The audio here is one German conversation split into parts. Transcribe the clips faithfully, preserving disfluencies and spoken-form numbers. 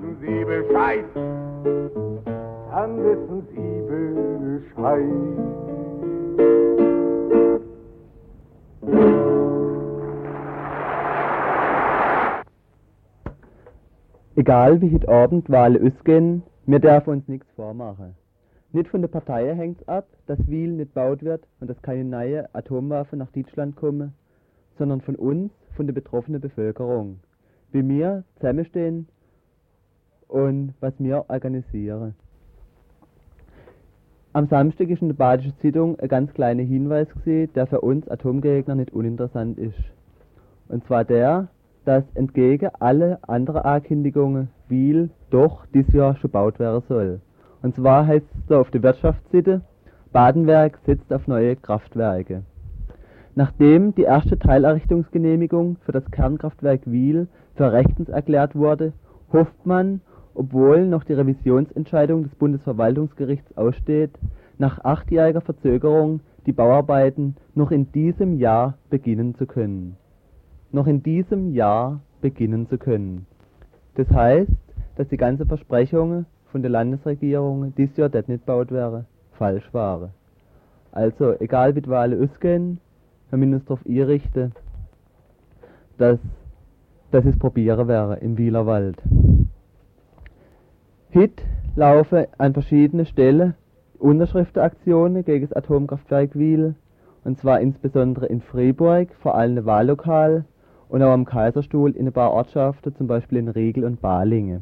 wissen Sie Bescheid. Dann wissen Sie Bescheid. Egal wie heute Abend Wahlen ausgehen, wir dürfen uns nichts vormachen. Nicht von der Partei hängt's ab, dass Wiel nicht gebaut wird und dass keine neuen Atomwaffen nach Deutschland kommen, sondern von uns, von der betroffenen Bevölkerung. Wie wir zusammenstehen und was wir organisieren. Am Samstag ist in der Badischen Zeitung ein ganz kleiner Hinweis gesehen, der für uns Atomgegner nicht uninteressant ist. Und zwar der, dass entgegen alle anderen Ankündigungen Wiel doch dieses Jahr schon gebaut werden soll. Und zwar heißt es da auf der Wirtschaftsseite, Badenwerk setzt auf neue Kraftwerke. Nachdem die erste Teilerrichtungsgenehmigung für das Kernkraftwerk Wiel für rechtens erklärt wurde, hofft man, obwohl noch die Revisionsentscheidung des Bundesverwaltungsgerichts aussteht, nach achtjähriger Verzögerung die Bauarbeiten noch in diesem Jahr beginnen zu können. noch in diesem Jahr beginnen zu können. Das heißt, dass die ganzen Versprechungen von der Landesregierung dieses Jahr dort nicht gebaut wären, falsch waren. Also, egal wie die Wahlen ausgehen, wir müssen uns darauf einrichten, dass, dass es probieren wäre im Wieler Wald. Heute laufen an verschiedenen Stellen Unterschriftenaktionen gegen das Atomkraftwerk Wiel, und zwar insbesondere in Fribourg, vor allem im Wahllokal, und auch am Kaiserstuhl in ein paar Ortschaften, zum Beispiel in Riegel und Balingen.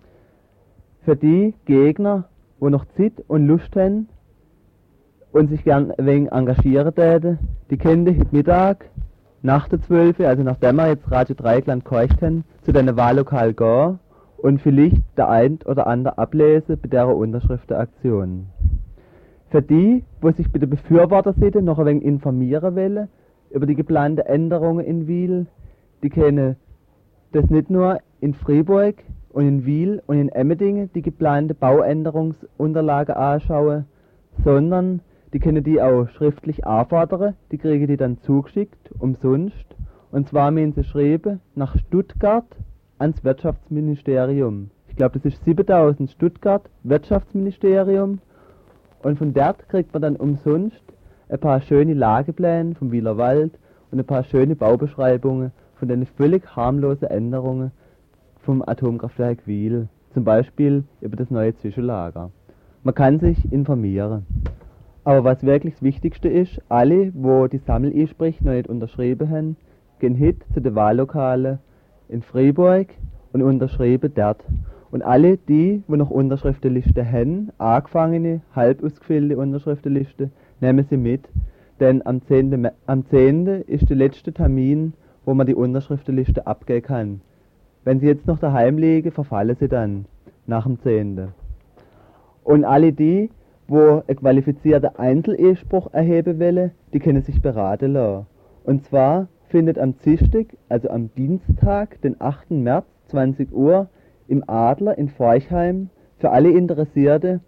Für die Gegner, die noch Zeit und Lust haben und sich gern ein wenig engagieren täten, die können heute Mittag nach der zwölf, also nachdem wir jetzt Radio Dreieckland gehorcht haben, zu deinem Wahllokal gehen und vielleicht der ein oder andere ablesen bei dieser Unterschriftenaktion. Für die, die sich bei der Befürworterseite noch ein wenig informieren wollen über die geplanten Änderungen in Wiel, die können das nicht nur in Fribourg und in Wiel und in Emmendingen die geplante Bauänderungsunterlagen anschauen, sondern die können die auch schriftlich anfordern, die kriegen die dann zugeschickt, umsonst, und zwar müssen sie schreiben nach Stuttgart ans Wirtschaftsministerium. Ich glaube, das ist siebentausend Stuttgart, Wirtschaftsministerium, und von dort kriegt man dann umsonst ein paar schöne Lagepläne vom Wieler Wald und ein paar schöne Baubeschreibungen von den völlig harmlosen Änderungen vom Atomkraftwerk Wiel, zum Beispiel über das neue Zwischenlager. Man kann sich informieren. Aber was wirklich das Wichtigste ist, alle, wo die Sammeleinsprüche noch nicht unterschrieben haben, gehen heute zu den Wahllokalen in Fribourg und unterschreiben dort. Und alle die, die noch Unterschriftenlisten haben, angefangene, halb ausgefüllte Unterschriftenlisten, nehmen sie mit, denn am zehnten am zehnten ist der letzte Termin, wo man die Unterschriftenliste abgeben kann. Wenn sie jetzt noch daheim liegen, verfallen sie dann, nach dem zehnten Und alle die, wo einen qualifizierten Einzeleinspruch erheben wollen, die können sich beraten lassen. Und zwar findet am Dienstag, also am Dienstag, den achten März, zwanzig Uhr, im Adler in Forchheim, für alle Interessierte,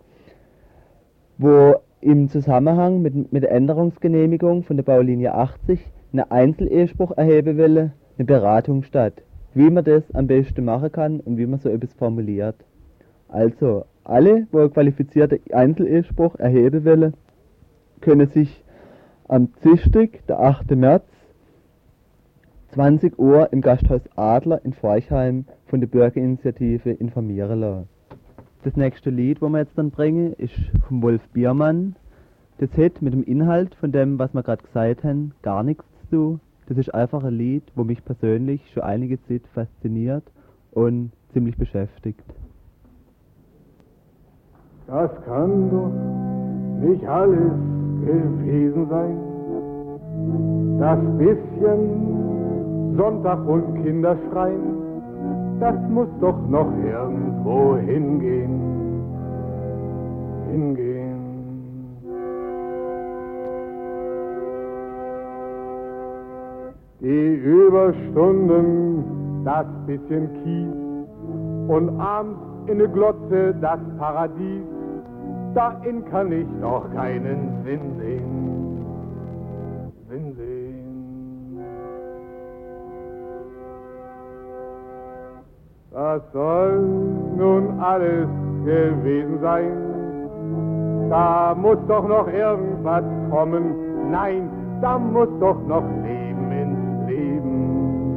wo im Zusammenhang mit, mit der Änderungsgenehmigung von der Baulinie achtzig einen Einzeleinspruch erheben wollen, eine Beratung statt, wie man das am besten machen kann und wie man so etwas formuliert. Also, alle, die einen qualifizierten Einzeleinspruch erheben wollen, können sich am Dienstag, der achte März, zwanzig Uhr im Gasthaus Adler in Forchheim von der Bürgerinitiative informieren lassen. Das nächste Lied, das wir jetzt dann bringen, ist vom Wolf Biermann. Das hat mit dem Inhalt von dem, was wir gerade gesagt haben, gar nichts zu tun. Das ist einfach ein Lied, das mich persönlich schon einige Zeit fasziniert und ziemlich beschäftigt. Das kann doch nicht alles gewesen sein. Das bisschen Sonntag und Kinderschreien, das muss doch noch irgendwo hingehen, hingehen. Die Überstunden, das bisschen Kies und abends in der Glotze das Paradies, darin kann ich doch keinen Sinn sehen, Sinn sehen. Das soll nun alles gewesen sein. Da muss doch noch irgendwas kommen. Nein, da muss doch noch Leben ins Leben.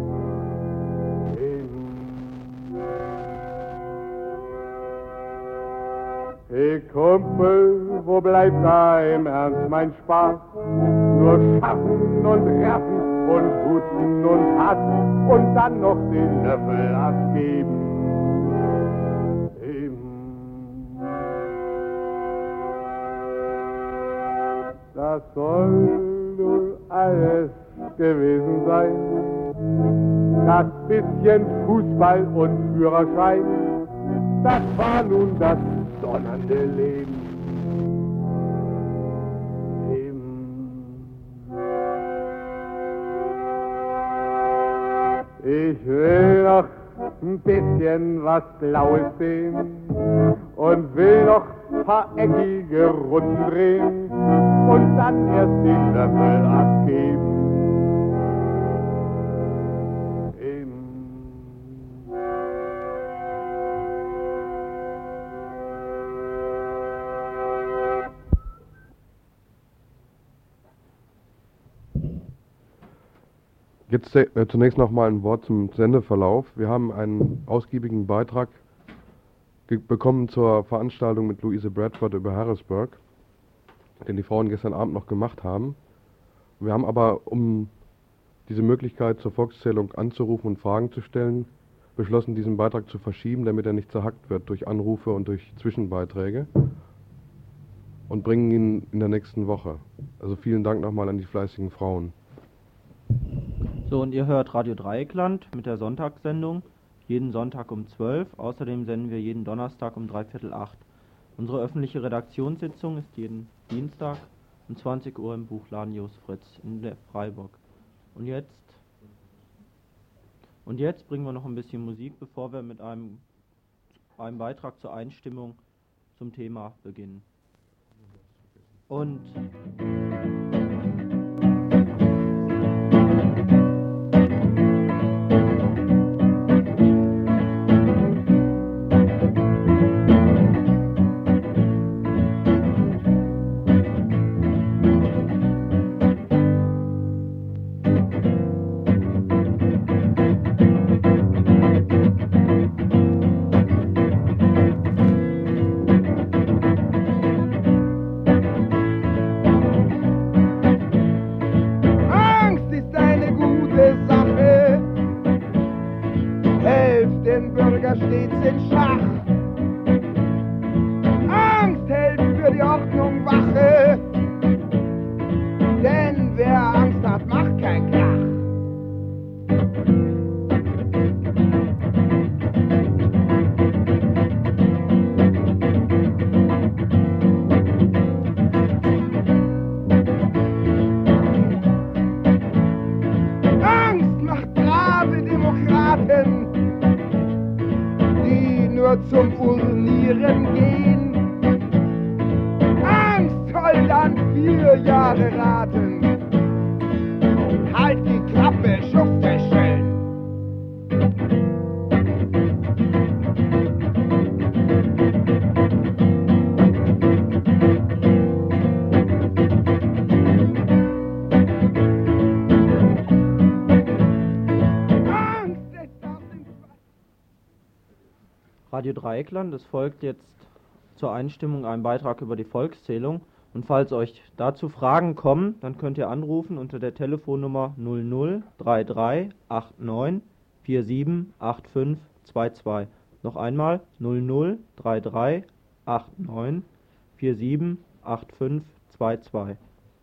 Hey Kumpel, wo bleibt da im Ernst mein Spaß? Nur schaffen und werfen und husten und Hass und dann noch den Löffel abgeben. Das soll nun alles gewesen sein. Das bisschen Fußball und Führerschein, das war nun das donnernde Leben. Ich will noch ein bisschen was Blaues sehen und will noch ein paar eckige Runden drehen und dann erst den Löffel abgeben. Jetzt äh, zunächst noch mal ein Wort zum Sendeverlauf. Wir haben einen ausgiebigen Beitrag bekommen zur Veranstaltung mit Louise Bradford über Harrisburg, den die Frauen gestern Abend noch gemacht haben. Wir haben aber, um diese Möglichkeit zur Volkszählung anzurufen und Fragen zu stellen, beschlossen, diesen Beitrag zu verschieben, damit er nicht zerhackt wird durch Anrufe und durch Zwischenbeiträge, und bringen ihn in der nächsten Woche. Also vielen Dank nochmal an die fleißigen Frauen. So, und ihr hört Radio Dreieckland mit der Sonntagssendung, jeden Sonntag um zwölf. Außerdem senden wir jeden Donnerstag um dreiviertel acht. Unsere öffentliche Redaktionssitzung ist jeden Dienstag um zwanzig Uhr im Buchladen Jos Fritz in der Freiburg. Und jetzt, und jetzt bringen wir noch ein bisschen Musik, bevor wir mit einem, einem Beitrag zur Einstimmung zum Thema beginnen. Und stets in Schach. Angst hält für die Ordnung Wache, denn wer Angst hat, macht kein Krach. Angst macht brave Demokraten, zum Urnieren gehen. Angst soll dann vier Jahre raten. Halt die Klappe, schufte schön. Radio Dreieckland, es folgt jetzt zur Einstimmung ein Beitrag über die Volkszählung. Und falls euch dazu Fragen kommen, dann könnt ihr anrufen unter der Telefonnummer null null drei drei acht neun vier sieben acht fünf zwei zwei. Noch einmal null null drei drei acht neun vier sieben acht fünf zwei zwei.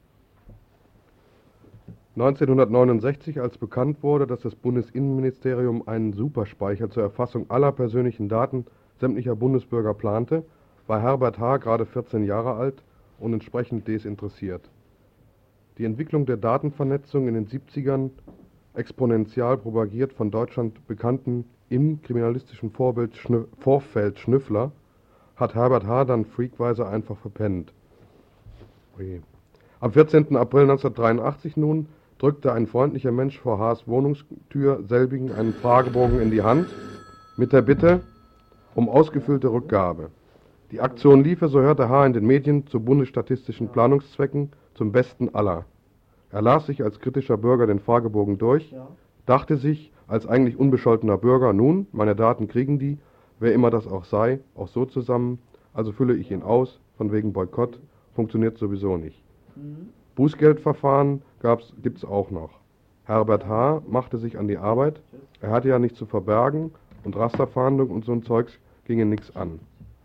neunzehnhundertneunundsechzig, als bekannt wurde, dass das Bundesinnenministerium einen Superspeicher zur Erfassung aller persönlichen Daten sämtlicher Bundesbürger plante, war Herbert H. gerade vierzehn Jahre alt und entsprechend desinteressiert. Die Entwicklung der Datenvernetzung in den siebzigern, exponentiell propagiert von Deutschland bekannten im kriminalistischen Vorbild Schnü- Vorfeld Schnüffler, hat Herbert H. dann freakweise einfach verpennt. Oje. Am vierzehnten April neunzehnhundertdreiundachtzig nun drückte ein freundlicher Mensch vor H.'s Wohnungstür selbigen einen Fragebogen in die Hand mit der Bitte um ausgefüllte Rückgabe. Die Aktion liefe, so hörte H. in den Medien, zu bundesstatistischen Planungszwecken zum Besten aller. Er las sich als kritischer Bürger den Fragebogen durch, dachte sich als eigentlich unbescholtener Bürger, nun, meine Daten kriegen die, wer immer das auch sei, auch so zusammen, also fülle ich ihn aus, von wegen Boykott, funktioniert sowieso nicht. Mhm. Bußgeldverfahren gibt es auch noch. Herbert H. machte sich an die Arbeit, er hatte ja nichts zu verbergen und Rasterfahndung und so ein Zeugs ging ihn nichts an.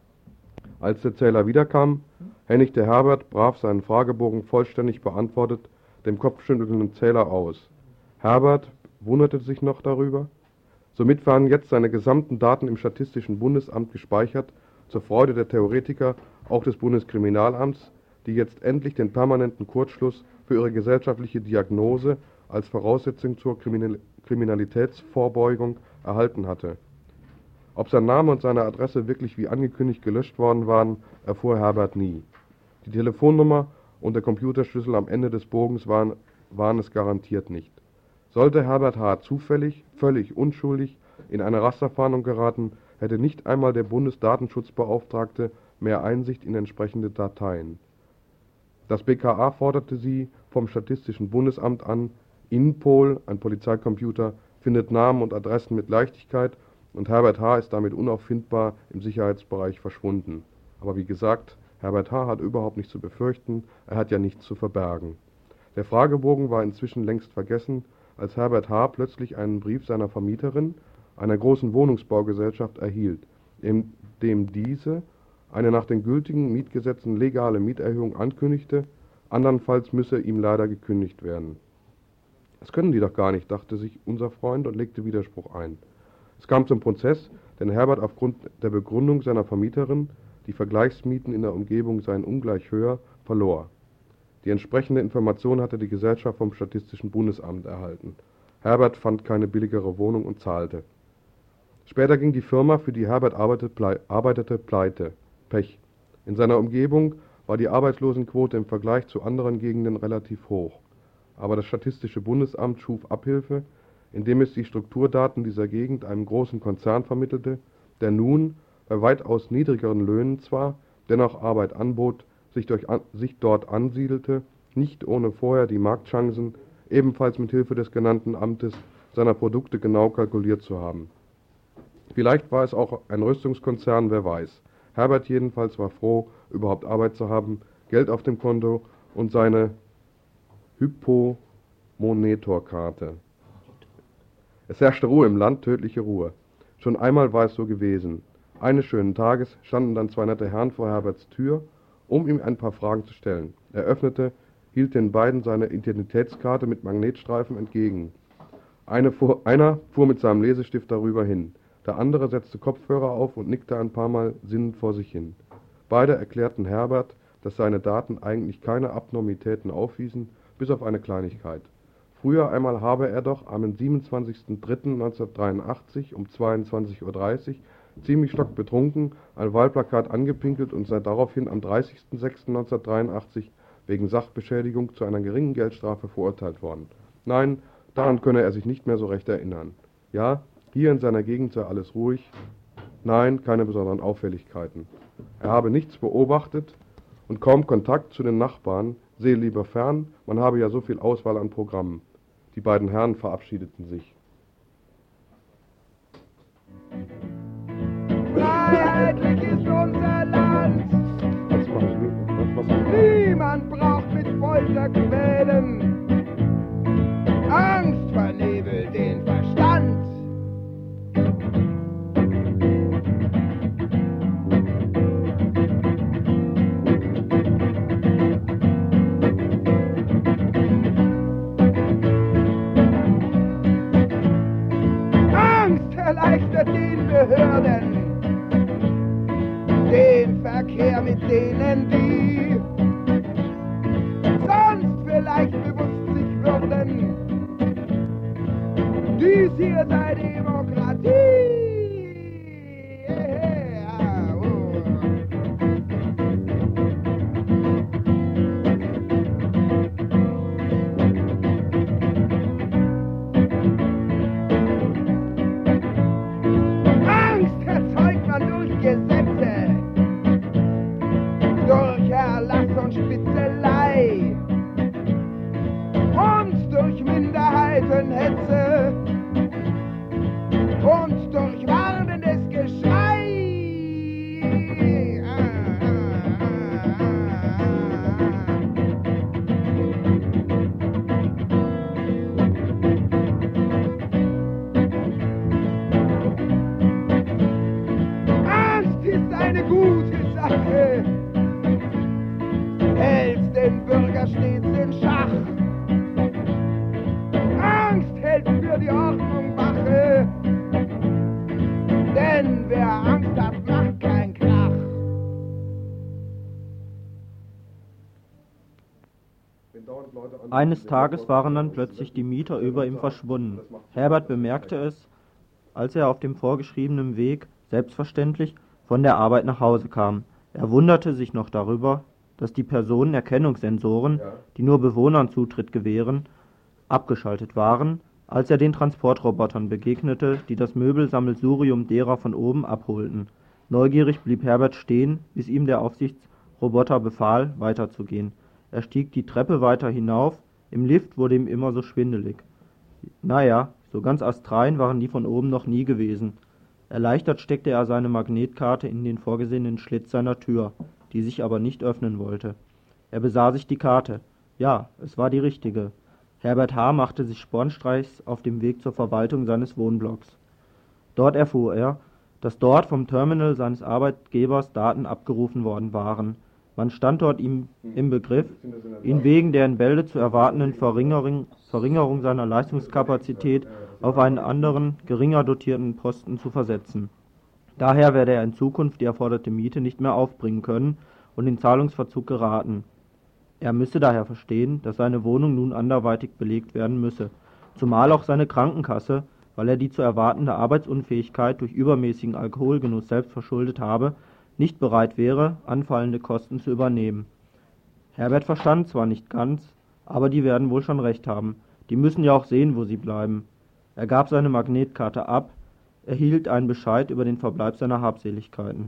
Als der Zähler wiederkam, händigte Herbert brav seinen Fragebogen vollständig beantwortet dem kopfschüttelnden Zähler aus. Herbert wunderte sich noch darüber. Somit waren jetzt seine gesamten Daten im Statistischen Bundesamt gespeichert, zur Freude der Theoretiker, auch des Bundeskriminalamts, die jetzt endlich den permanenten Kurzschluss für ihre gesellschaftliche Diagnose als Voraussetzung zur Kriminal- Kriminalitätsvorbeugung erhalten hatte. Ob sein Name und seine Adresse wirklich wie angekündigt gelöscht worden waren, erfuhr Herbert nie. Die Telefonnummer und der Computerschlüssel am Ende des Bogens waren, waren es garantiert nicht. Sollte Herbert H. zufällig, völlig unschuldig in eine Rasterfahndung geraten, hätte nicht einmal der Bundesdatenschutzbeauftragte mehr Einsicht in entsprechende Dateien. Das B K A forderte sie vom Statistischen Bundesamt an, Inpol, ein Polizeicomputer, findet Namen und Adressen mit Leichtigkeit und Herbert H. ist damit unauffindbar im Sicherheitsbereich verschwunden. Aber wie gesagt, Herbert H. hat überhaupt nichts zu befürchten, er hat ja nichts zu verbergen. Der Fragebogen war inzwischen längst vergessen, als Herbert H. plötzlich einen Brief seiner Vermieterin, einer großen Wohnungsbaugesellschaft, erhielt, in dem diese eine nach den gültigen Mietgesetzen legale Mieterhöhung ankündigte, andernfalls müsse ihm leider gekündigt werden. Das können die doch gar nicht, dachte sich unser Freund und legte Widerspruch ein. Es kam zum Prozess, denn Herbert aufgrund der Begründung seiner Vermieterin, die Vergleichsmieten in der Umgebung seien ungleich höher, verlor. Die entsprechende Information hatte die Gesellschaft vom Statistischen Bundesamt erhalten. Herbert fand keine billigere Wohnung und zahlte. Später ging die Firma, für die Herbert arbeitete, pleite. Pech. In seiner Umgebung war die Arbeitslosenquote im Vergleich zu anderen Gegenden relativ hoch. Aber das Statistische Bundesamt schuf Abhilfe, indem es die Strukturdaten dieser Gegend einem großen Konzern vermittelte, der nun, bei weitaus niedrigeren Löhnen zwar, dennoch Arbeit anbot, sich, durch, sich dort ansiedelte, nicht ohne vorher die Marktchancen, ebenfalls mit Hilfe des genannten Amtes, seiner Produkte genau kalkuliert zu haben. Vielleicht war es auch ein Rüstungskonzern, wer weiß. Herbert jedenfalls war froh, überhaupt Arbeit zu haben, Geld auf dem Konto und seine Hypo-Monitorkarte. Es herrschte Ruhe im Land, tödliche Ruhe. Schon einmal war es so gewesen. Eines schönen Tages standen dann zwei nette Herren vor Herberts Tür, um ihm ein paar Fragen zu stellen. Er öffnete, hielt den beiden seine Identitätskarte mit Magnetstreifen entgegen. Eine fuhr, einer fuhr mit seinem Lesestift darüber hin. Der andere setzte Kopfhörer auf und nickte ein paar Mal sinnend vor sich hin. Beide erklärten Herbert, dass seine Daten eigentlich keine Abnormitäten aufwiesen, bis auf eine Kleinigkeit. Früher einmal habe er doch am siebenundzwanzigsten dritten neunzehnhundertdreiundachtzig um zweiundzwanzig Uhr dreißig ziemlich stockbetrunken ein Wahlplakat angepinkelt und sei daraufhin am dreißigsten sechsten neunzehnhundertdreiundachtzig wegen Sachbeschädigung zu einer geringen Geldstrafe verurteilt worden. Nein, daran könne er sich nicht mehr so recht erinnern. Ja, hier in seiner Gegend sei alles ruhig. Nein, keine besonderen Auffälligkeiten. Er habe nichts beobachtet und kaum Kontakt zu den Nachbarn, sehe lieber fern, man habe ja so viel Auswahl an Programmen. Die beiden Herren verabschiedeten sich. Freiheitlich ist unser Land. Was war das? Was war das? Niemand braucht mit Folter quälen. Angst vernebelt den Verstand. Angst erleichtert den Behörden den Verkehr mit denen, die sonst vielleicht bewusst sich würden, dies hier sei Demokratie. Ja, oh. Hetze und durch warnendes Geschrei. Ah, ah, ah. Angst ist eine gute Sache, hält den Bürger stets in Schach. Angst hält für die Ordnung Wache, denn wer Angst hat, macht kein Krach. Eines Tages waren dann plötzlich die Mieter über ihm verschwunden. Herbert bemerkte es, als er auf dem vorgeschriebenen Weg, selbstverständlich, von der Arbeit nach Hause kam. Er wunderte sich noch darüber, dass die Personenerkennungssensoren, die nur Bewohnern Zutritt gewähren, abgeschaltet waren, als er den Transportrobotern begegnete, die das Möbelsammelsurium derer von oben abholten. Neugierig blieb Herbert stehen, bis ihm der Aufsichtsroboter befahl, weiterzugehen. Er stieg die Treppe weiter hinauf, im Lift wurde ihm immer so schwindelig. Naja, so ganz astrein waren die von oben noch nie gewesen. Erleichtert steckte er seine Magnetkarte in den vorgesehenen Schlitz seiner Tür, die sich aber nicht öffnen wollte. Er besah sich die Karte. Ja, es war die richtige. Herbert H. machte sich spornstreichs auf dem Weg zur Verwaltung seines Wohnblocks. Dort erfuhr er, dass dort vom Terminal seines Arbeitgebers Daten abgerufen worden waren. Man stand dort ihm im Begriff, ihn wegen der in Bälde zu erwartenden Verringerung, Verringerung seiner Leistungskapazität auf einen anderen, geringer dotierten Posten zu versetzen. Daher werde er in Zukunft die erforderte Miete nicht mehr aufbringen können und in Zahlungsverzug geraten. Er müsse daher verstehen, dass seine Wohnung nun anderweitig belegt werden müsse, zumal auch seine Krankenkasse, weil er die zu erwartende Arbeitsunfähigkeit durch übermäßigen Alkoholgenuss selbst verschuldet habe, nicht bereit wäre, anfallende Kosten zu übernehmen. Herbert verstand zwar nicht ganz, aber die werden wohl schon recht haben. Die müssen ja auch sehen, wo sie bleiben. Er gab seine Magnetkarte ab, erhielt einen Bescheid über den Verbleib seiner Habseligkeiten.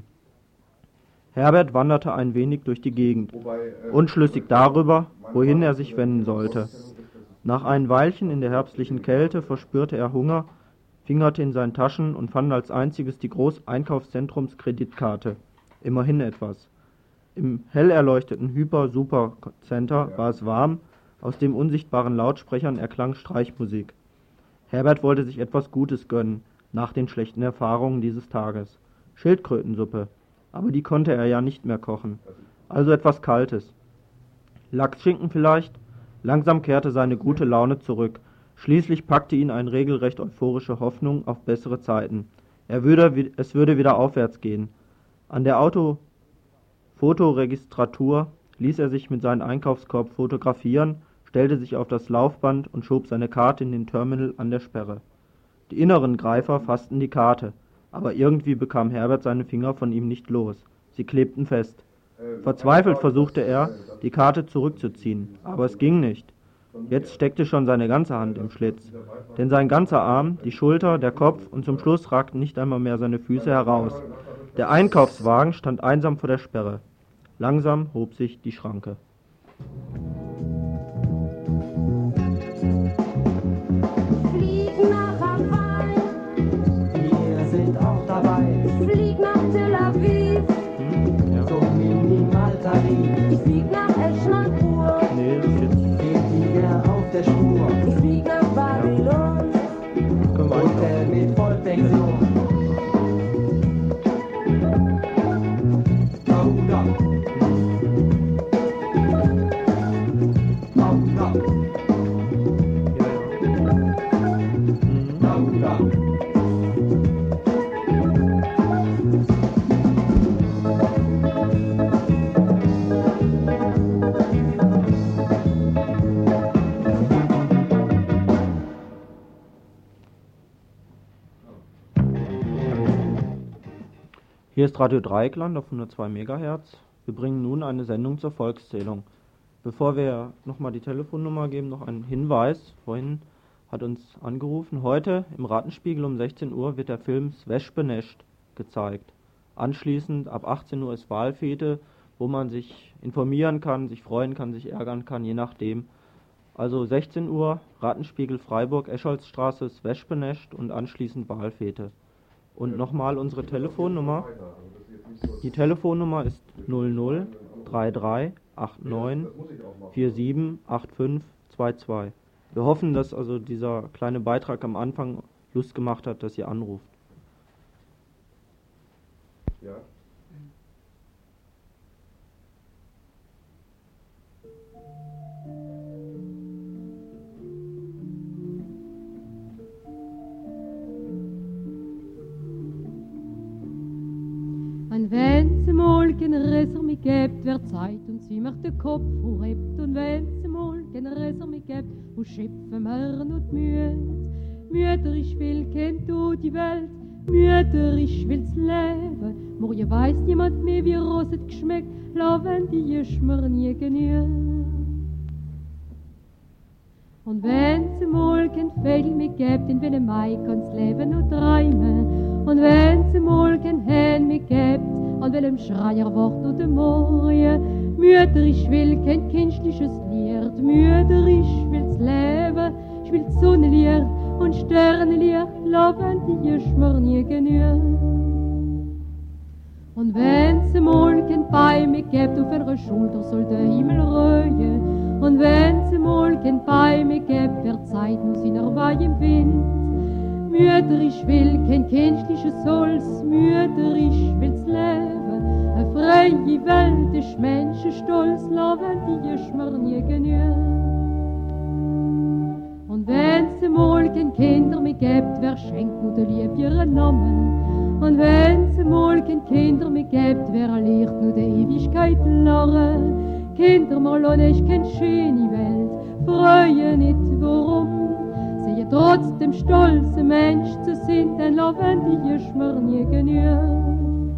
Herbert wanderte ein wenig durch die Gegend, unschlüssig darüber, wohin er sich wenden sollte. Nach ein Weilchen in der herbstlichen Kälte verspürte er Hunger, fingerte in seinen Taschen und fand als einziges die Großeinkaufszentrums-Kreditkarte. Immerhin etwas. Im hell erleuchteten Hyper-Super-Center war es warm, aus den unsichtbaren Lautsprechern erklang Streichmusik. Herbert wollte sich etwas Gutes gönnen, nach den schlechten Erfahrungen dieses Tages. Schildkrötensuppe, aber die konnte er ja nicht mehr kochen. Also etwas Kaltes. Lachsschinken vielleicht? Langsam kehrte seine gute Laune zurück. Schließlich packte ihn eine regelrecht euphorische Hoffnung auf bessere Zeiten. Er würde, es würde wieder aufwärts gehen. An der Autofotoregistratur ließ er sich mit seinem Einkaufskorb fotografieren, stellte sich auf das Laufband und schob seine Karte in den Terminal an der Sperre. Die inneren Greifer fassten die Karte, aber irgendwie bekam Herbert seine Finger von ihm nicht los. Sie klebten fest. Verzweifelt versuchte er, die Karte zurückzuziehen, aber es ging nicht. Jetzt steckte schon seine ganze Hand im Schlitz, denn sein ganzer Arm, die Schulter, der Kopf und zum Schluss ragten nicht einmal mehr seine Füße heraus. Der Einkaufswagen stand einsam vor der Sperre. Langsam hob sich die Schranke. Flieg nach Hawaii, Wir sind auch dabei, flieg nach Tel Aviv, so Minimaltarif. ich flieg nach Eschnapur, Nee, das ist jetzt... Wir Flieger auf der Spur, ich flieg nach Babylon, Können wir Hotel mit Vollpension. Hold up. Hold up. Hold up. Hier ist Radio Dreieckland auf hundertzwei Megahertz. Wir bringen nun eine Sendung zur Volkszählung. Bevor wir nochmal die Telefonnummer geben, noch ein Hinweis. Vorhin hat uns angerufen, heute im Rattenspiegel um sechzehn Uhr wird der Film Sveshbenesht gezeigt. Anschließend ab achtzehn Uhr ist Wahlfete, wo man sich informieren kann, sich freuen kann, sich ärgern kann, je nachdem, Also sechzehn Uhr, Rattenspiegel Freiburg, Escholzstraße, Wespenest und anschließend Wahlfete. Und nochmal unsere Telefonnummer. Die Telefonnummer ist null null drei drei acht neun vier sieben acht fünf zwei zwei. Wir hoffen, dass also dieser kleine Beitrag am Anfang Lust gemacht hat, dass ihr anruft. Ja. Und wenn's einmal kein Resser mehr gibt, wer Zeit und sie macht den Kopf hochhebt. Und wenn's einmal kein Resser mehr gibt, wo schimpfen wir und müd. Mütterisch will kennt du die Welt, mütterisch will's leben. Morgen weiß niemand mehr, wie Roset geschmeckt, wenn die ist mir nie genügt. Und wenn's einmal kein Fädel mehr gibt, in welchem Mai kann's leben und träumen. Und wenn's einmal kein Hen mehr gibt, an welchem Schreier Wort und dem Morgen, mütterisch will kein kindliches Lied, mütterisch will's leben, ich will Sonnenlicht und Sternenlicht, wenn die ist mir nie genügt. Und wenn's einmal kein Bein mehr gibt, auf ihrer Schulter soll der Himmel reuen. Und wenn's einmal kein Bein mehr gibt, wer Zeit muss in der Weih im Wind. Mütterisch will kein kindliches Holz, mütterisch will's leben. Eine freie Welt ist Menschenstolz, wenn die ist mir nie genügt. Und wenn's einmal kein Kinder mehr gibt, wer schenkt nur der Liebe ihren Namen. Und wenn's einmal kein Kinder mehr gibt, wer lehrt nur der Ewigkeit lachen. Kinder mal und ich kenn schöne Welt, freue nicht warum. Sehe trotzdem stolze Mensch zu sind, denn wenn die ist mir nie genügt.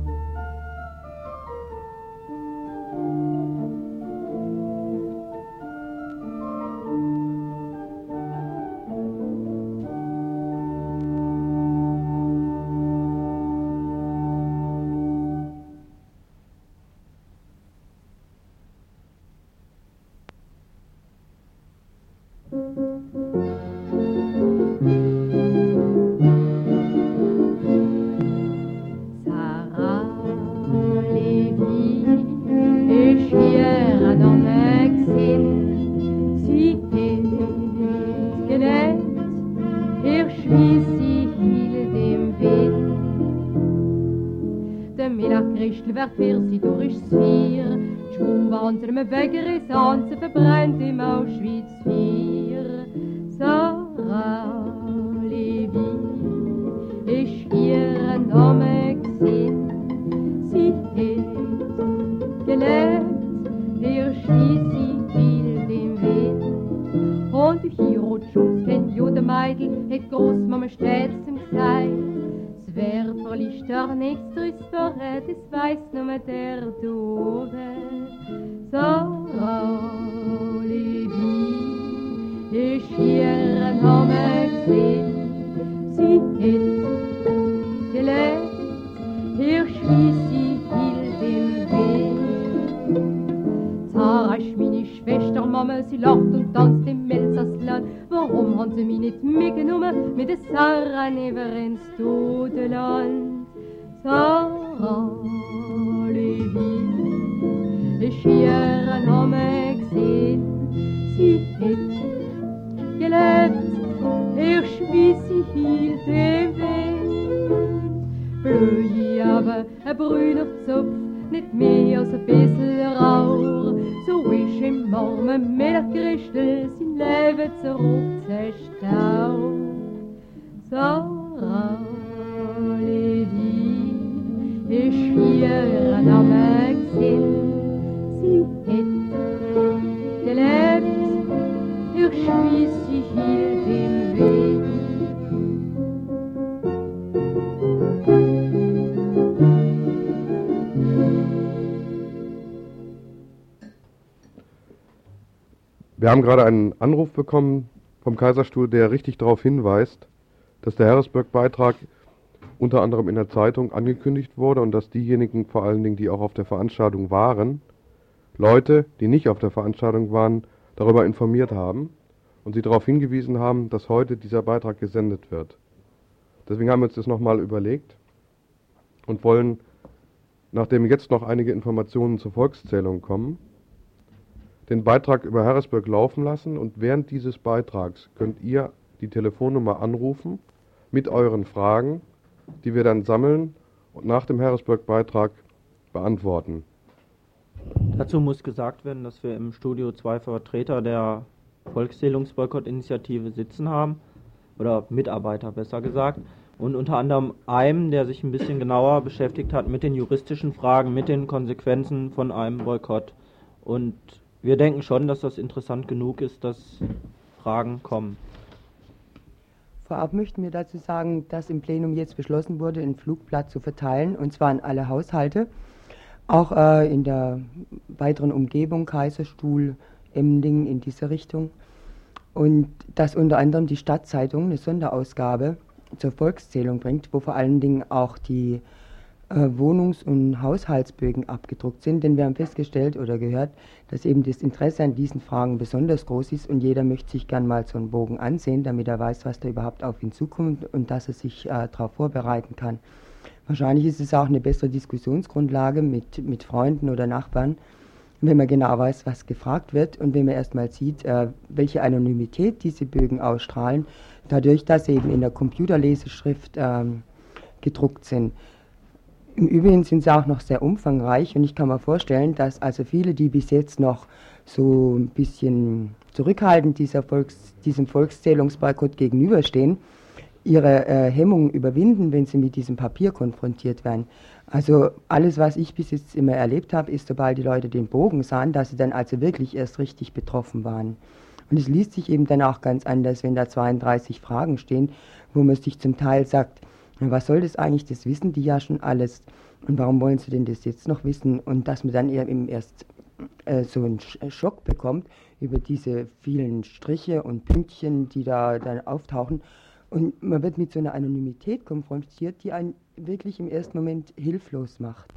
Wer für sie durch Sphäre, Schwung war unter dem Weggerissen, sie verbrennt im Auschwitz vier. Sarah Levi ist ihr Name gewesen, sie hat gelebt, ihr schließt sie viel dem Wind. Und durch ihr Rutschung kennt Jude Meidl, hat Großmama stets ihm gesagt, wertvoll ist doch nichts, ist doch, das weiß nur der Dove. Sarah Levi ist ihr Name gewesen, sie hat gelebt, ihr schließt sie viel dem Wind. Sarah ist meine Schwester, Mama, sie lacht und tanzt im Elsassland. Warum haben sie mich nicht mitgenommen mit der Sarah never ins Todeland? Sarah Levi ist ihr Name gewesen, sie hat gelebt, ihr Schwiss, sie hielt den Wind. Blöje aber, ein brüner Zopf, nicht mehr als ein bisschen Rauch, so ist im warmen Milchgerichtel sein Leben zurückzerstaucht. Sarah Levi ist ihr Name gewesen, sie hat gelebt, ihr Schwiss, sie hielt im Wind. Wir haben gerade einen Anruf bekommen vom Kaiserstuhl, der richtig darauf hinweist, dass der Harrisburg-Beitrag unter anderem in der Zeitung angekündigt wurde und dass diejenigen vor allen Dingen, die auch auf der Veranstaltung waren, Leute, die nicht auf der Veranstaltung waren, darüber informiert haben. und Sie darauf hingewiesen haben, dass heute dieser Beitrag gesendet wird. Deswegen haben wir uns das nochmal überlegt und wollen, nachdem jetzt noch einige Informationen zur Volkszählung kommen, den Beitrag über Harrisburg laufen lassen, und während dieses Beitrags könnt ihr die Telefonnummer anrufen mit euren Fragen, die wir dann sammeln und nach dem Harrisburg-Beitrag beantworten. Dazu muss gesagt werden, dass wir im Studio zwei Vertreter der Volkszählungsboykott-Initiative sitzen haben, oder Mitarbeiter besser gesagt, und unter anderem einem, der sich ein bisschen genauer beschäftigt hat mit den juristischen Fragen, mit den Konsequenzen von einem Boykott. Und wir denken schon, dass das interessant genug ist, dass Fragen kommen. Vorab möchten wir dazu sagen, dass im Plenum jetzt beschlossen wurde, ein Flugblatt zu verteilen, und zwar an alle Haushalte, auch äh, in der weiteren Umgebung, Kaiserstuhl, Emding, in diese Richtung. Und dass unter anderem die Stadtzeitung eine Sonderausgabe zur Volkszählung bringt, wo vor allen Dingen auch die äh, Wohnungs- und Haushaltsbögen abgedruckt sind, denn wir haben festgestellt oder gehört, dass eben das Interesse an diesen Fragen besonders groß ist, und jeder möchte sich gern mal so einen Bogen ansehen, damit er weiß, was da überhaupt auf ihn zukommt und dass er sich äh, darauf vorbereiten kann. Wahrscheinlich ist es auch eine bessere Diskussionsgrundlage mit, mit Freunden oder Nachbarn, wenn man genau weiß, was gefragt wird, und wenn man erstmal sieht, äh, welche Anonymität diese Bögen ausstrahlen, dadurch, dass sie eben in der Computerleseschrift ähm, gedruckt sind. Im Übrigen sind sie auch noch sehr umfangreich, und ich kann mir vorstellen, dass also viele, die bis jetzt noch so ein bisschen zurückhaltend dieser Volks, diesem Volkszählungsboykott gegenüberstehen, ihre äh, Hemmungen überwinden, wenn sie mit diesem Papier konfrontiert werden. Also alles, was ich bis jetzt immer erlebt habe, ist, sobald die Leute den Bogen sahen, dass sie dann also wirklich erst richtig betroffen waren. Und es liest sich eben dann auch ganz anders, wenn da zweiunddreißig Fragen stehen, wo man sich zum Teil sagt, was soll das eigentlich, das wissen die ja schon alles, und warum wollen sie denn das jetzt noch wissen? Und dass man dann eben erst äh, so einen Schock bekommt über diese vielen Striche und Pünktchen, die da dann auftauchen. Und man wird mit so einer Anonymität konfrontiert, die einen wirklich im ersten Moment hilflos macht.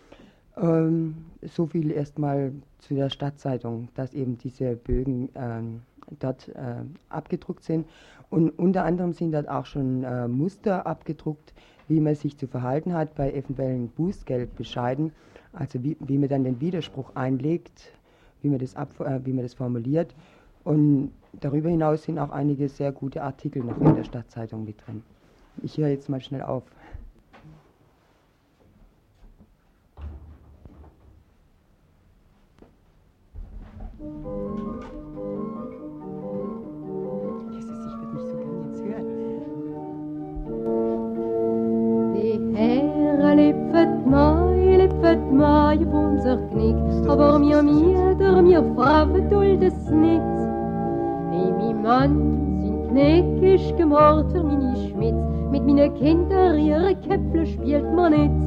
Ähm, so viel erstmal zu der Stadtzeitung, dass eben diese Bögen ähm, dort äh, abgedruckt sind. Und unter anderem sind dort auch schon äh, Muster abgedruckt, wie man sich zu verhalten hat bei eventuellen Bußgeldbescheiden, also wie, wie man dann den Widerspruch einlegt, wie man das, ab, äh, wie man das formuliert. Und darüber hinaus sind auch einige sehr gute Artikel noch in der Stadtzeitung mit drin. Ich höre jetzt mal schnell auf. Jesus, ich würde mich so gerne jetzt hören. Die Herren lipfet mai, lipfet mai auf unser Knick, aber mir Mieder, mir Frauen duld es nicht. Hey, mein Mann, sein Knick ist gemord für meine Schmitz, mit meinen Kindern ihre Köpfe spielt man nicht.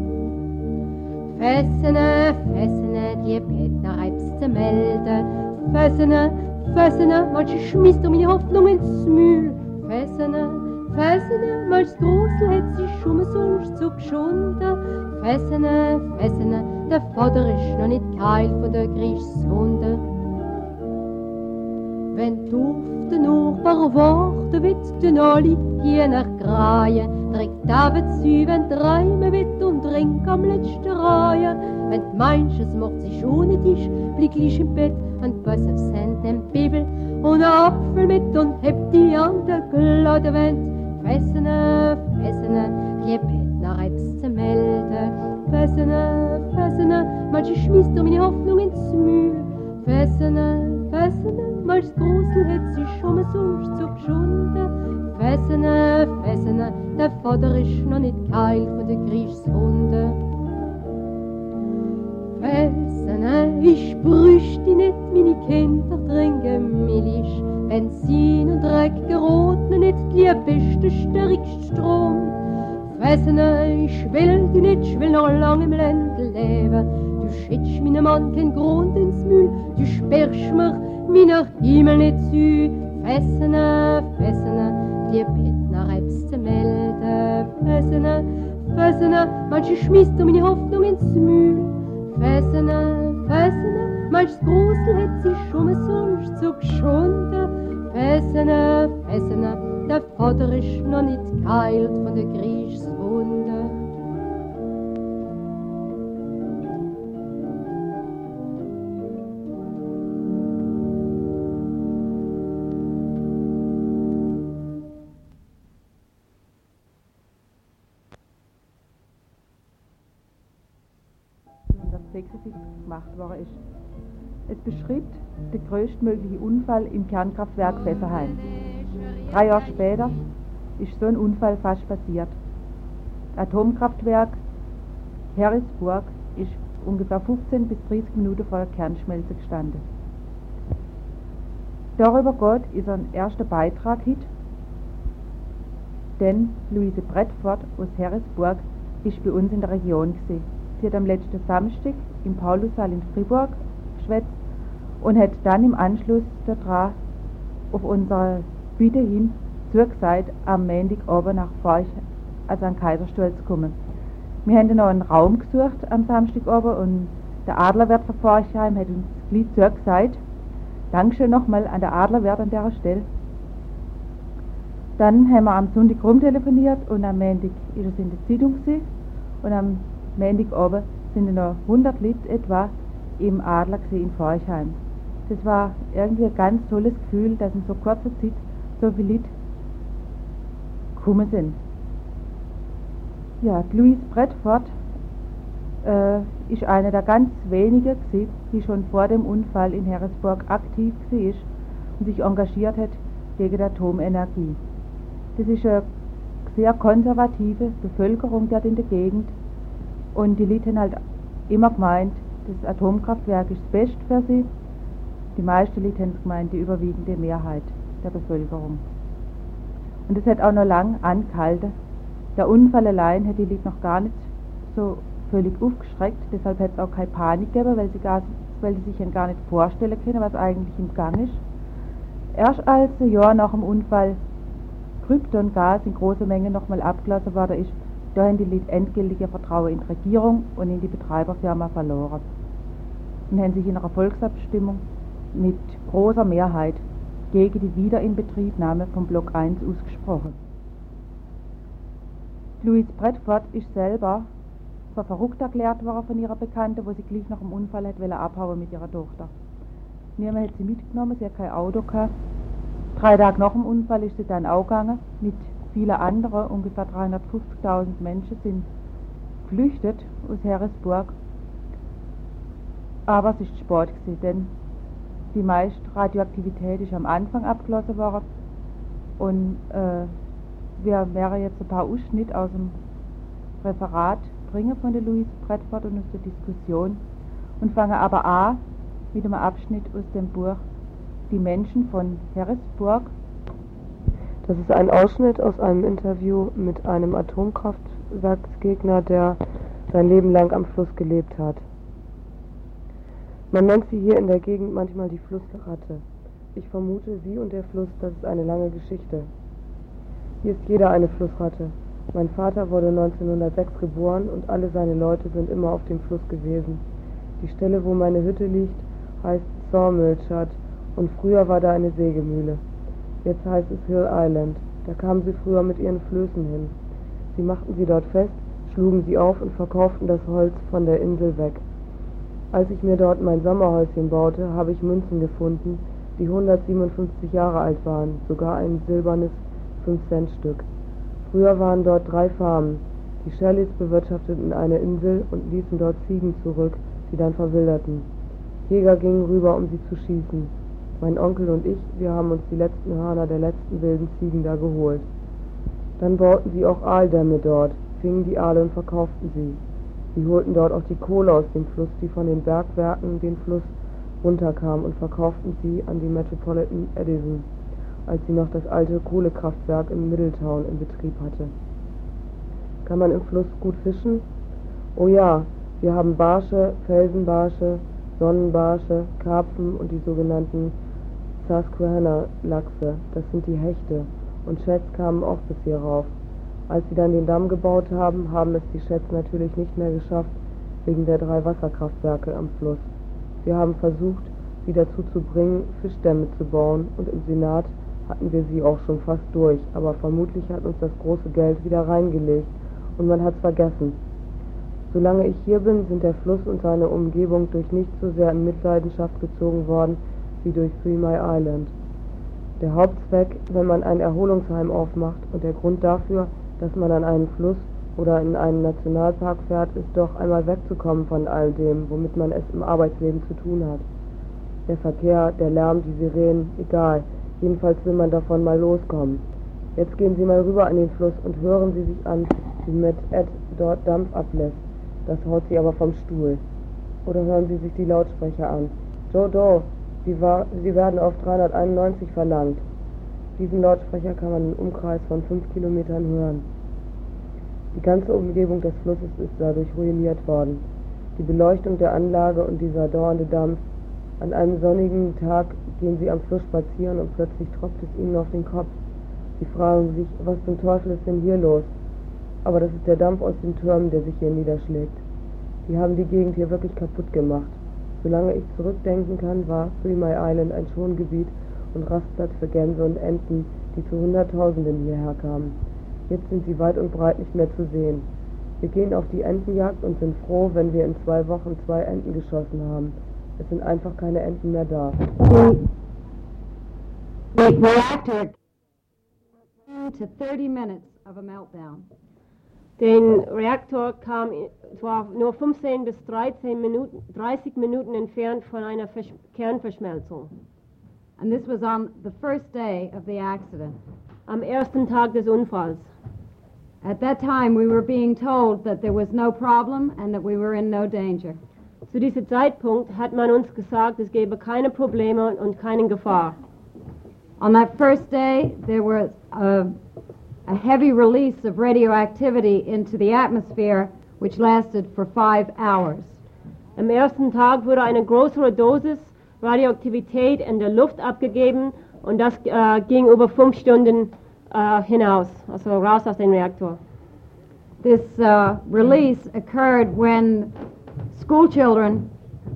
Fessene, Fessene, die Bettner reibst zu melden. Fessene, Fessene, manche schmisst um meine Hoffnung ins Mühl. Fessene, Fessene, manches Grusel hat sich schon sonst zu geschunden. Fessene, Fessene, der Vater ist noch nicht geil von der Griechshunde. Wenn du auf den Nachbar warten willst, dann alle hier nach Greien, trägt David sie, wenn träumen wird und trink am letzten Reihe. Wenn du meinst, es macht sich ohne dich, blick gleich im Bett und pass aufs Hand, nimm die Bibel und einen Apfel mit und heb die an der glatten Wand. Fessene, Fessene, die Bettner reibst zu melden. Fessene, Fessene, manche schmiest um meine Hoffnung ins Mühl. Fessene, Fessene, manches Grusel hat sich schon mal sonst so geschunden. Fessene, Fessene, der Vater ist noch nicht geil von der Griechshunde. Fessene, ich brüste nicht, meine Kinder trinken Milch. Benzin und Dreck geroten nicht, die beste, stärkste Strom. Fessene, ich will die nicht, ich will noch lang im Ländl leben. Du schickst meinem Mann keinen Grund ins Mühl, du sperrst mir meiner Himmel nicht zu. Fessene, Fessene, die Bettner reibst zu melden. Fessene, Fessene, manche schmisst um meine Hoffnung ins Mühl. Fessene, Fessene, manches Grusel hat sich schon mal sonst so geschunden. Fessene, Fessene, der Vater ist noch nicht geheilt von der Griechswunde. neunzehnhundertsechsundsiebzig gemacht worden ist. Es beschreibt den größtmöglichen Unfall im Kernkraftwerk Fessenheim. Drei Jahre später ist so ein Unfall fast passiert. Das Atomkraftwerk Harrisburg ist ungefähr fünfzehn bis dreißig Minuten vor der Kernschmelze gestanden. Darüber geht ist ein erster Beitrag hit, denn Luise Bradford aus Harrisburg ist bei uns in der Region gewesen. Sie hat am letzten Samstag im Paulussaal in Fribourg geschwätzt und hat dann im Anschluss daran auf unsere Bitte hin zugesagt, am Montag oben nach Forch, also an Kaiserstuhl zu kommen. Wir haben noch einen Raum gesucht am Samstag oben und der Adlerwirt von Forchheim hat uns gleich zugesagt. Dankeschön nochmal an der Adlerwirt an dieser Stelle. Dann haben wir am Sonntag rumtelefoniert und am Montag ist es in der Zeitung gewesen. Und am Montag oben sind noch hundert Leute etwa im Adler in Forchheim. Das war irgendwie ein ganz tolles Gefühl, dass in so kurzer Zeit so viele Leute gekommen sind. Ja, Louise Bradford äh, ist eine der ganz wenigen gewesen, die schon vor dem Unfall in Harrisburg aktiv war und sich engagiert hat gegen die Atomenergie. Das ist eine sehr konservative Bevölkerung dort in der Gegend und die Leute haben halt immer gemeint, das Atomkraftwerk ist das Beste für sie. Die meisten Leute haben es gemeint, die überwiegende Mehrheit der Bevölkerung. Und es hat auch noch lange angehalten. Der Unfall allein hat die Leute noch gar nicht so völlig aufgeschreckt, deshalb hat es auch keine Panik gegeben, weil sie, gar, weil sie sich gar nicht vorstellen können, was eigentlich im Gang ist. Erst als ein Jahr nach dem Unfall Kryptongas in großer Menge nochmal abgelassen worden ist, da haben die Leute endgültig ihr Vertrauen in die Regierung und in die Betreiberfirma verloren und haben sich in einer Volksabstimmung mit großer Mehrheit gegen die Wiederinbetriebnahme von Block eins ausgesprochen. Louise Bradford ist selber für verrückt erklärt worden von ihrer Bekannten, wo sie gleich nach dem Unfall hat wollte abhauen mit ihrer Tochter. Niemand hat sie mitgenommen, sie hat kein Auto gehabt. Drei Tage nach dem Unfall ist sie dann auch gegangen, mit vielen anderen, ungefähr dreihundertfünfzigtausend Menschen sind geflüchtet aus Harrisburg. Aber es ist Sport gewesen, denn die meiste Radioaktivität ist am Anfang abgelassen worden und äh, wir werden jetzt ein paar Ausschnitte aus dem Referat bringen von der Louise Bradford und aus der Diskussion und fangen aber an mit einem Abschnitt aus dem Buch Die Menschen von Harrisburg. Das ist ein Ausschnitt aus einem Interview mit einem Atomkraftwerksgegner, der sein Leben lang am Fluss gelebt hat. Man nennt sie hier in der Gegend manchmal die Flussratte. Ich vermute, sie und der Fluss, das ist eine lange Geschichte. Hier ist jeder eine Flussratte. Mein Vater wurde neunzehnhundertsechs geboren und alle seine Leute sind immer auf dem Fluss gewesen. Die Stelle, wo meine Hütte liegt, heißt Sawmill Shut und früher war da eine Sägemühle. Jetzt heißt es Hill Island. Da kamen sie früher mit ihren Flößen hin. Sie machten sie dort fest, schlugen sie auf und verkauften das Holz von der Insel weg. Als ich mir dort mein Sommerhäuschen baute, habe ich Münzen gefunden, die hundertsiebenundfünfzig Jahre alt waren, sogar ein silbernes fünf Cent Stück. Früher waren dort drei Farmen. Die Shelleys bewirtschafteten eine Insel und ließen dort Ziegen zurück, die dann verwilderten. Jäger gingen rüber, um sie zu schießen. Mein Onkel und ich, wir haben uns die letzten Hörner der letzten wilden Ziegen da geholt. Dann bauten sie auch Aaldämme dort, fingen die Aale und verkauften sie. Sie holten dort auch die Kohle aus dem Fluss, die von den Bergwerken den Fluss runterkam und verkauften sie an die Metropolitan Edison, als sie noch das alte Kohlekraftwerk in Middletown in Betrieb hatte. Kann man im Fluss gut fischen? Oh ja, wir haben Barsche, Felsenbarsche, Sonnenbarsche, Karpfen und die sogenannten Susquehanna-Lachse, das sind die Hechte, und Schätz kamen auch bis hier rauf. Als sie dann den Damm gebaut haben, haben es die Schätz natürlich nicht mehr geschafft, wegen der drei Wasserkraftwerke am Fluss. Wir haben versucht, sie dazu zu bringen, Fischdämme zu bauen, und im Senat hatten wir sie auch schon fast durch, aber vermutlich hat uns das große Geld wieder reingelegt und man hat's vergessen. Solange ich hier bin, sind der Fluss und seine Umgebung durch nichts so sehr in Mitleidenschaft gezogen worden wie durch Three Mile Island. Der Hauptzweck, wenn man ein Erholungsheim aufmacht, und der Grund dafür, dass man an einen Fluss oder in einen Nationalpark fährt, ist doch einmal wegzukommen von all dem, womit man es im Arbeitsleben zu tun hat. Der Verkehr, der Lärm, die Sirenen, egal. Jedenfalls will man davon mal loskommen. Jetzt gehen Sie mal rüber an den Fluss und hören Sie sich an, wie mit Ed dort Dampf ablässt. Das haut Sie aber vom Stuhl. Oder hören Sie sich die Lautsprecher an. Joe, Sie, war, Sie werden auf dreihunderteinundneunzig verlangt. Diesen Lautsprecher kann man im Umkreis von fünf Kilometern hören. Die ganze Umgebung des Flusses ist dadurch ruiniert worden. Die Beleuchtung der Anlage und dieser dauernde Dampf. An einem sonnigen Tag gehen Sie am Fluss spazieren und plötzlich tropft es Ihnen auf den Kopf. Sie fragen sich, was zum Teufel ist denn hier los? Aber das ist der Dampf aus den Türmen, der sich hier niederschlägt. Die haben die Gegend hier wirklich kaputt gemacht. Solange ich zurückdenken kann, war Three Mile Island ein Schongebiet und Rastplatz für Gänse und Enten, die zu Hunderttausenden hierher kamen. Jetzt sind sie weit und breit nicht mehr zu sehen. Wir gehen auf die Entenjagd und sind froh, wenn wir in zwei Wochen zwei Enten geschossen haben. Es sind einfach keine Enten mehr da. The reactor to thirty minutes of a meltdown. Den Reaktor kam, es war nur fünfzehn bis dreizehn Minuten, dreißig Minuten entfernt von einer Versch- Kernverschmelzung. And this was on the first day of the accident. Am ersten Tag des Unfalls. At that time we were being told that there was no problem and that we were in no danger. Zu diesem Zeitpunkt hat man uns gesagt, es gäbe keine Probleme und keine Gefahr. On that first day there was a, a heavy release of radioactivity into the atmosphere which lasted for five hours. Am ersten Tag wurde eine größere Dosis Radioaktivität in der Luft abgegeben und das äh, ging über fünf Stunden äh, hinaus, also raus aus dem Reaktor. This uh, release occurred when school children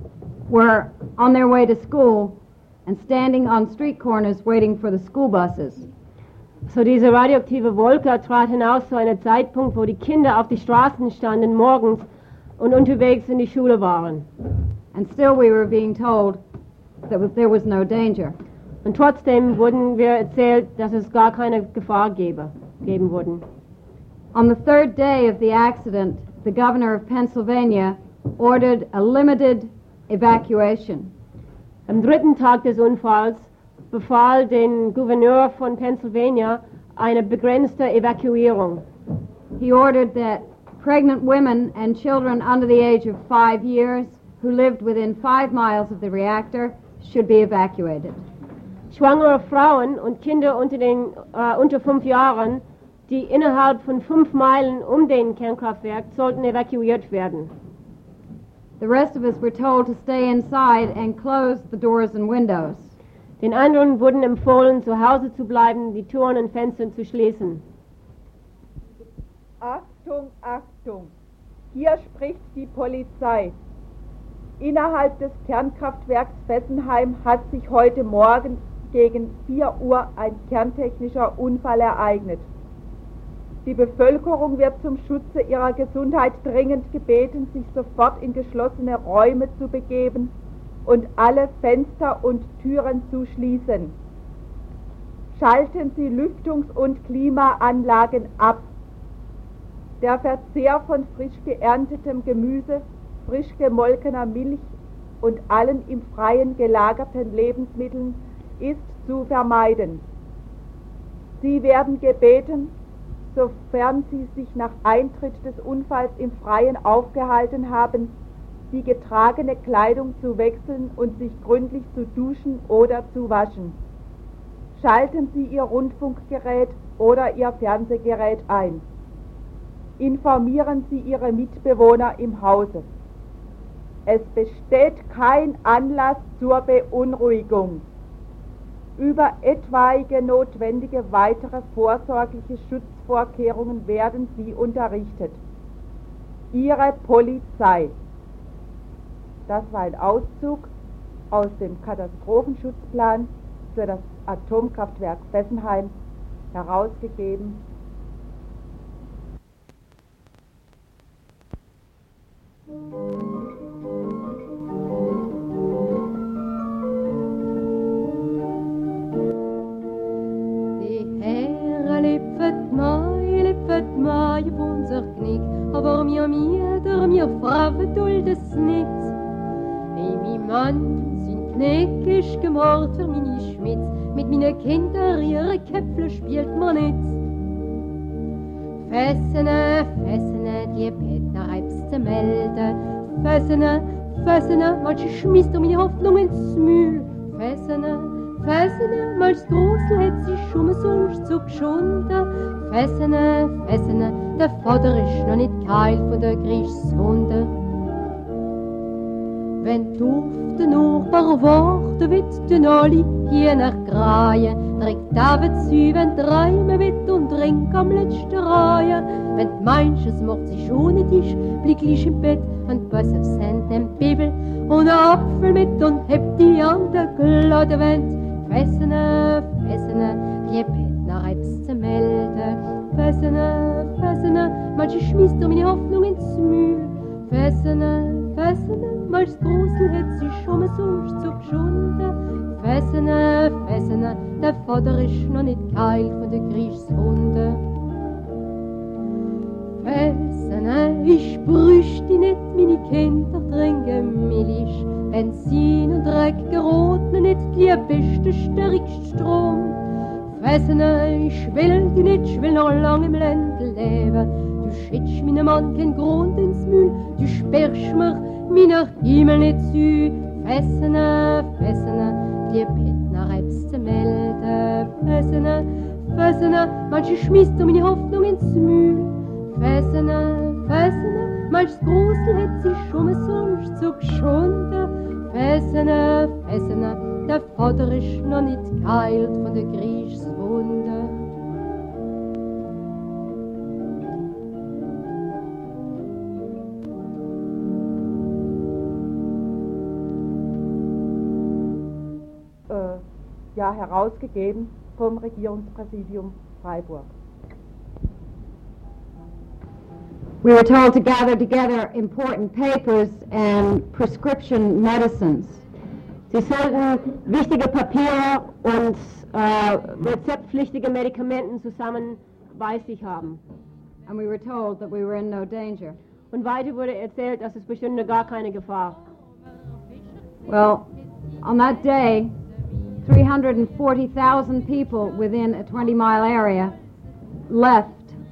were on their way to school and standing on street corners waiting for the school buses. So diese radioaktive Wolke trat hinaus zu einem Zeitpunkt, wo die Kinder auf die Straßen standen morgens und unterwegs in die Schule waren. And still we were being told that there was no danger. Und trotzdem wurden wir erzählt, dass es gar keine Gefahr gäbe, geben würden. On the third day of the accident, the governor of Pennsylvania ordered a limited evacuation. Am dritten Tag des Unfalls befahl den Gouverneur von Pennsylvania eine begrenzte Evakuierung. He ordered that pregnant women and children under the age of five years who lived within five miles of the reactor should be evacuated. Schwangere Frauen und Kinder unter, den, äh, unter fünf Jahren, die innerhalb von fünf Meilen um den Kernkraftwerk sollten evakuiert werden. The rest of us were told to stay inside and close the doors and windows. Den anderen wurden empfohlen, zu Hause zu bleiben, die Türen und Fenster zu schließen. Achtung, Achtung! Hier spricht die Polizei. Innerhalb des Kernkraftwerks Fessenheim hat sich heute Morgen gegen vier Uhr ein kerntechnischer Unfall ereignet. Die Bevölkerung wird zum Schutze ihrer Gesundheit dringend gebeten, sich sofort in geschlossene Räume zu begeben und alle Fenster und Türen zu schließen. Schalten Sie Lüftungs- und Klimaanlagen ab. Der Verzehr von frisch geerntetem Gemüse, frisch gemolkener Milch und allen im Freien gelagerten Lebensmitteln ist zu vermeiden. Sie werden gebeten, sofern Sie sich nach Eintritt des Unfalls im Freien aufgehalten haben, die getragene Kleidung zu wechseln und sich gründlich zu duschen oder zu waschen. Schalten Sie Ihr Rundfunkgerät oder Ihr Fernsehgerät ein. Informieren Sie Ihre Mitbewohner im Hause. Es besteht kein Anlass zur Beunruhigung. Über etwaige notwendige weitere vorsorgliche Schutzvorkehrungen werden Sie unterrichtet. Ihre Polizei. Das war ein Auszug aus dem Katastrophenschutzplan für das Atomkraftwerk Fessenheim herausgegeben. Die Herren lüpfen Mai, lüpfen Mai auf unser Knick, aber mir Mieder, mir Frauen dulden es nicht. Hey, mein Mann, sein Knick ist gemord für meine Schmitz, mit meinen Kindern ihre Köpfe spielt man nicht. Fessene, Fessene, die Bettner hab's zu melden. Fessene, Fessene, manche schmisst um meine Hoffnung ins Mühl. Fessene, Fessene, manch Grusel hat sich schon sonst so geschunden. Fessene, Fessene, der Vater ist noch nicht geheilt von der Griechswunde. Wenn du auf den Nachbar warten wird, den alle hier nach Greien, trägt David sie, wenn träumen wird und trink am letzten Reihe. Wenn du meinst, es macht sich ohne dich, blick lieg im Bett und pass aufs Hand dem Bibel und ein Apfel mit und heb die an der glatten Wand. Fessene, Fessene, die Bettner hab's zu melden. Fessene, Fessene, manche schmiesst um meine Hoffnung ins Mühl. Fessene, Fessene, manch Grusel hat sich schon mal sonst so geschunden. Fessene, Fessene, der Vater ist noch nicht geheilt von der Griechswunde. Fessene, ich brüste nicht, meine Kinder trinken Milch. Benzin und Dreck geroten nicht, die beste, stärkste Strom. Fessene, ich will die nicht, ich will noch lang im Ländl leben. Du schickst meinem Mann keinen Grund ins Mühl, du sperrst mir meiner Himmel nicht zu. Fessene, Fessene, die Bettner hab's zu melden. Fessene, Fessene, manche schmisst um meine Hoffnung ins Mühl. Fessene, Fessene, manches Grusel hat sich schon mal sonst so geschunden. Fessene, Fessene, der Vater ist noch nicht geheilt von der Griechswunde. Äh, ja, herausgegeben vom Regierungspräsidium Freiburg. We were told to gather together important papers and prescription medicines. Sie sollten wichtige Papiere und äh, rezeptpflichtige Medikamente zusammen bei sich haben. And we were told that we were in no danger. Und weiter wurde erzählt, dass es bestünde gar keine Gefahr. Well, on that day, three hundred forty thousand people within a twenty mile area left,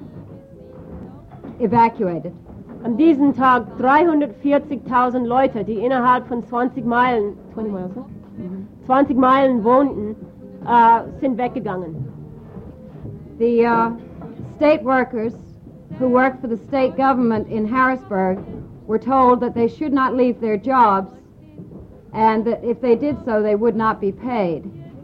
evacuated. An diesem Tag dreihundertvierzigtausend Leute, die innerhalb von zwanzig Meilen, zwanzig Meilen, mhm. zwanzig Meilen wohnten, äh, sind weggegangen. The uh, state workers who worked for the state government in Harrisburg were told that they should not leave their jobs and that if they did so, they would not be paid.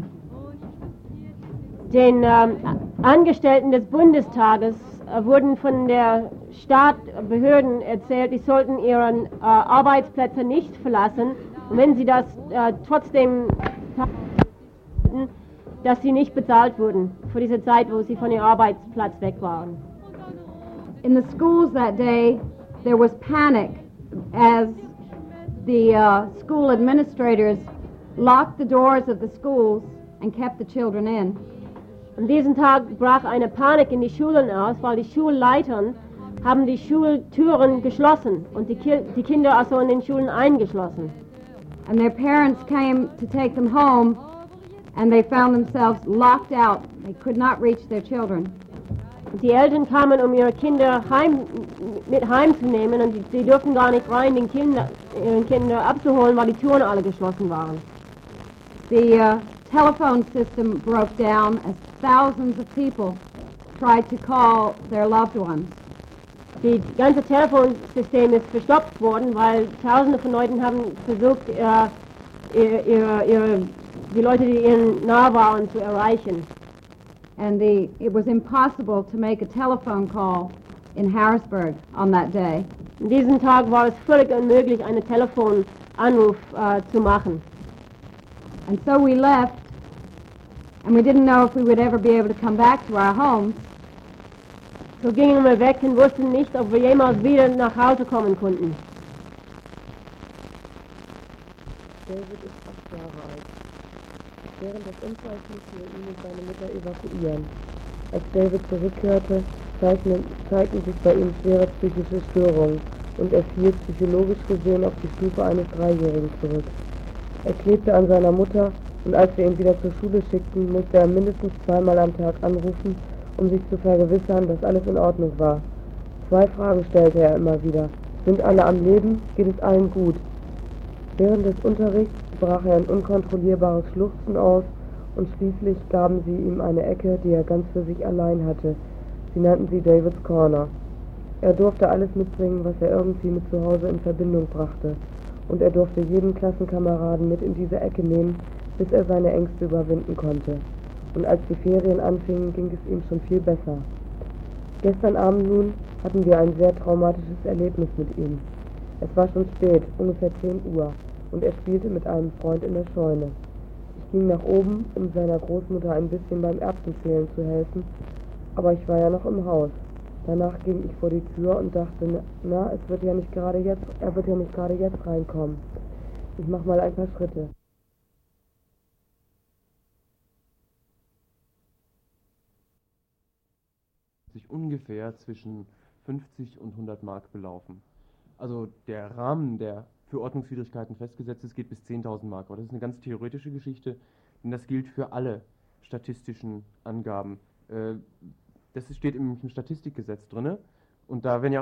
Den ähm, Angestellten des Bundestages äh, wurden von der Staatsbehörden erzählt, die sollten ihren äh, Arbeitsplätze nicht verlassen und wenn sie das äh, trotzdem taten, dass sie nicht bezahlt wurden für diese Zeit, wo sie von ihrem Arbeitsplatz weg waren. In the schools that day, there was panic as the uh, school administrators locked the doors of the schools and kept the children in. An diesem Tag brach eine Panik in die Schulen aus, weil die Schulleitern haben die Schultüren geschlossen und die, Ki die Kinder also in den Schulen eingeschlossen. And their parents came to take them home and they found themselves locked out. They could not reach their children. Die Eltern kamen, um ihre Kinder heim, mit heimzunehmen und sie, sie durften gar nicht rein, den Kinder, ihren Kinder abzuholen, weil die Türen alle geschlossen waren. The uh, telephone system broke down as thousands of people tried to call their loved ones. Das ganze Telefonsystem ist verstopft worden, weil Tausende von Leuten haben versucht, äh, ihre, ihre, ihre, die Leute, die ihnen nah waren, zu erreichen. And the, it was impossible to make a telephone call in Harrisburg on that day. An diesem Tag war es völlig unmöglich, einen Telefonanruf äh, zu machen. And so we left and we didn't know if we would ever be able to come back to our homes. So gingen wir weg und wussten nicht, ob wir jemals wieder nach Hause kommen konnten. David ist acht Jahre alt. Während des Unfalls mussten wir ihn und seine Mutter evakuieren. Als David zurückkehrte, zeigten, zeigten sich bei ihm schwere psychische Störungen und er fiel psychologisch gesehen auf die Stufe eines Dreijährigen zurück. Er klebte an seiner Mutter und als wir ihn wieder zur Schule schickten, musste er mindestens zweimal am Tag anrufen, um sich zu vergewissern, dass alles in Ordnung war. Zwei Fragen stellte er immer wieder. Sind alle am Leben? Geht es allen gut? Während des Unterrichts brach er in unkontrollierbares Schluchzen aus und schließlich gaben sie ihm eine Ecke, die er ganz für sich allein hatte. Sie nannten sie David's Corner. Er durfte alles mitbringen, was er irgendwie mit zu Hause in Verbindung brachte. Und er durfte jeden Klassenkameraden mit in diese Ecke nehmen, bis er seine Ängste überwinden konnte. Und als die Ferien anfingen, ging es ihm schon viel besser. Gestern Abend nun hatten wir ein sehr traumatisches Erlebnis mit ihm. Es war schon spät, ungefähr zehn Uhr, und er spielte mit einem Freund in der Scheune. Ich ging nach oben, um seiner Großmutter ein bisschen beim Erbsenzählen zu helfen, aber ich war ja noch im Haus. Danach ging ich vor die Tür und dachte, na, es wird ja nicht gerade jetzt, er wird ja nicht gerade jetzt reinkommen. Ich mach mal ein paar Schritte. Sich ungefähr zwischen fünfzig und hundert Mark belaufen. Also der Rahmen, der für Ordnungswidrigkeiten festgesetzt ist, geht bis zehntausend Mark. Aber das ist eine ganz theoretische Geschichte, denn das gilt für alle statistischen Angaben. Das steht im Statistikgesetz drin und da werden ja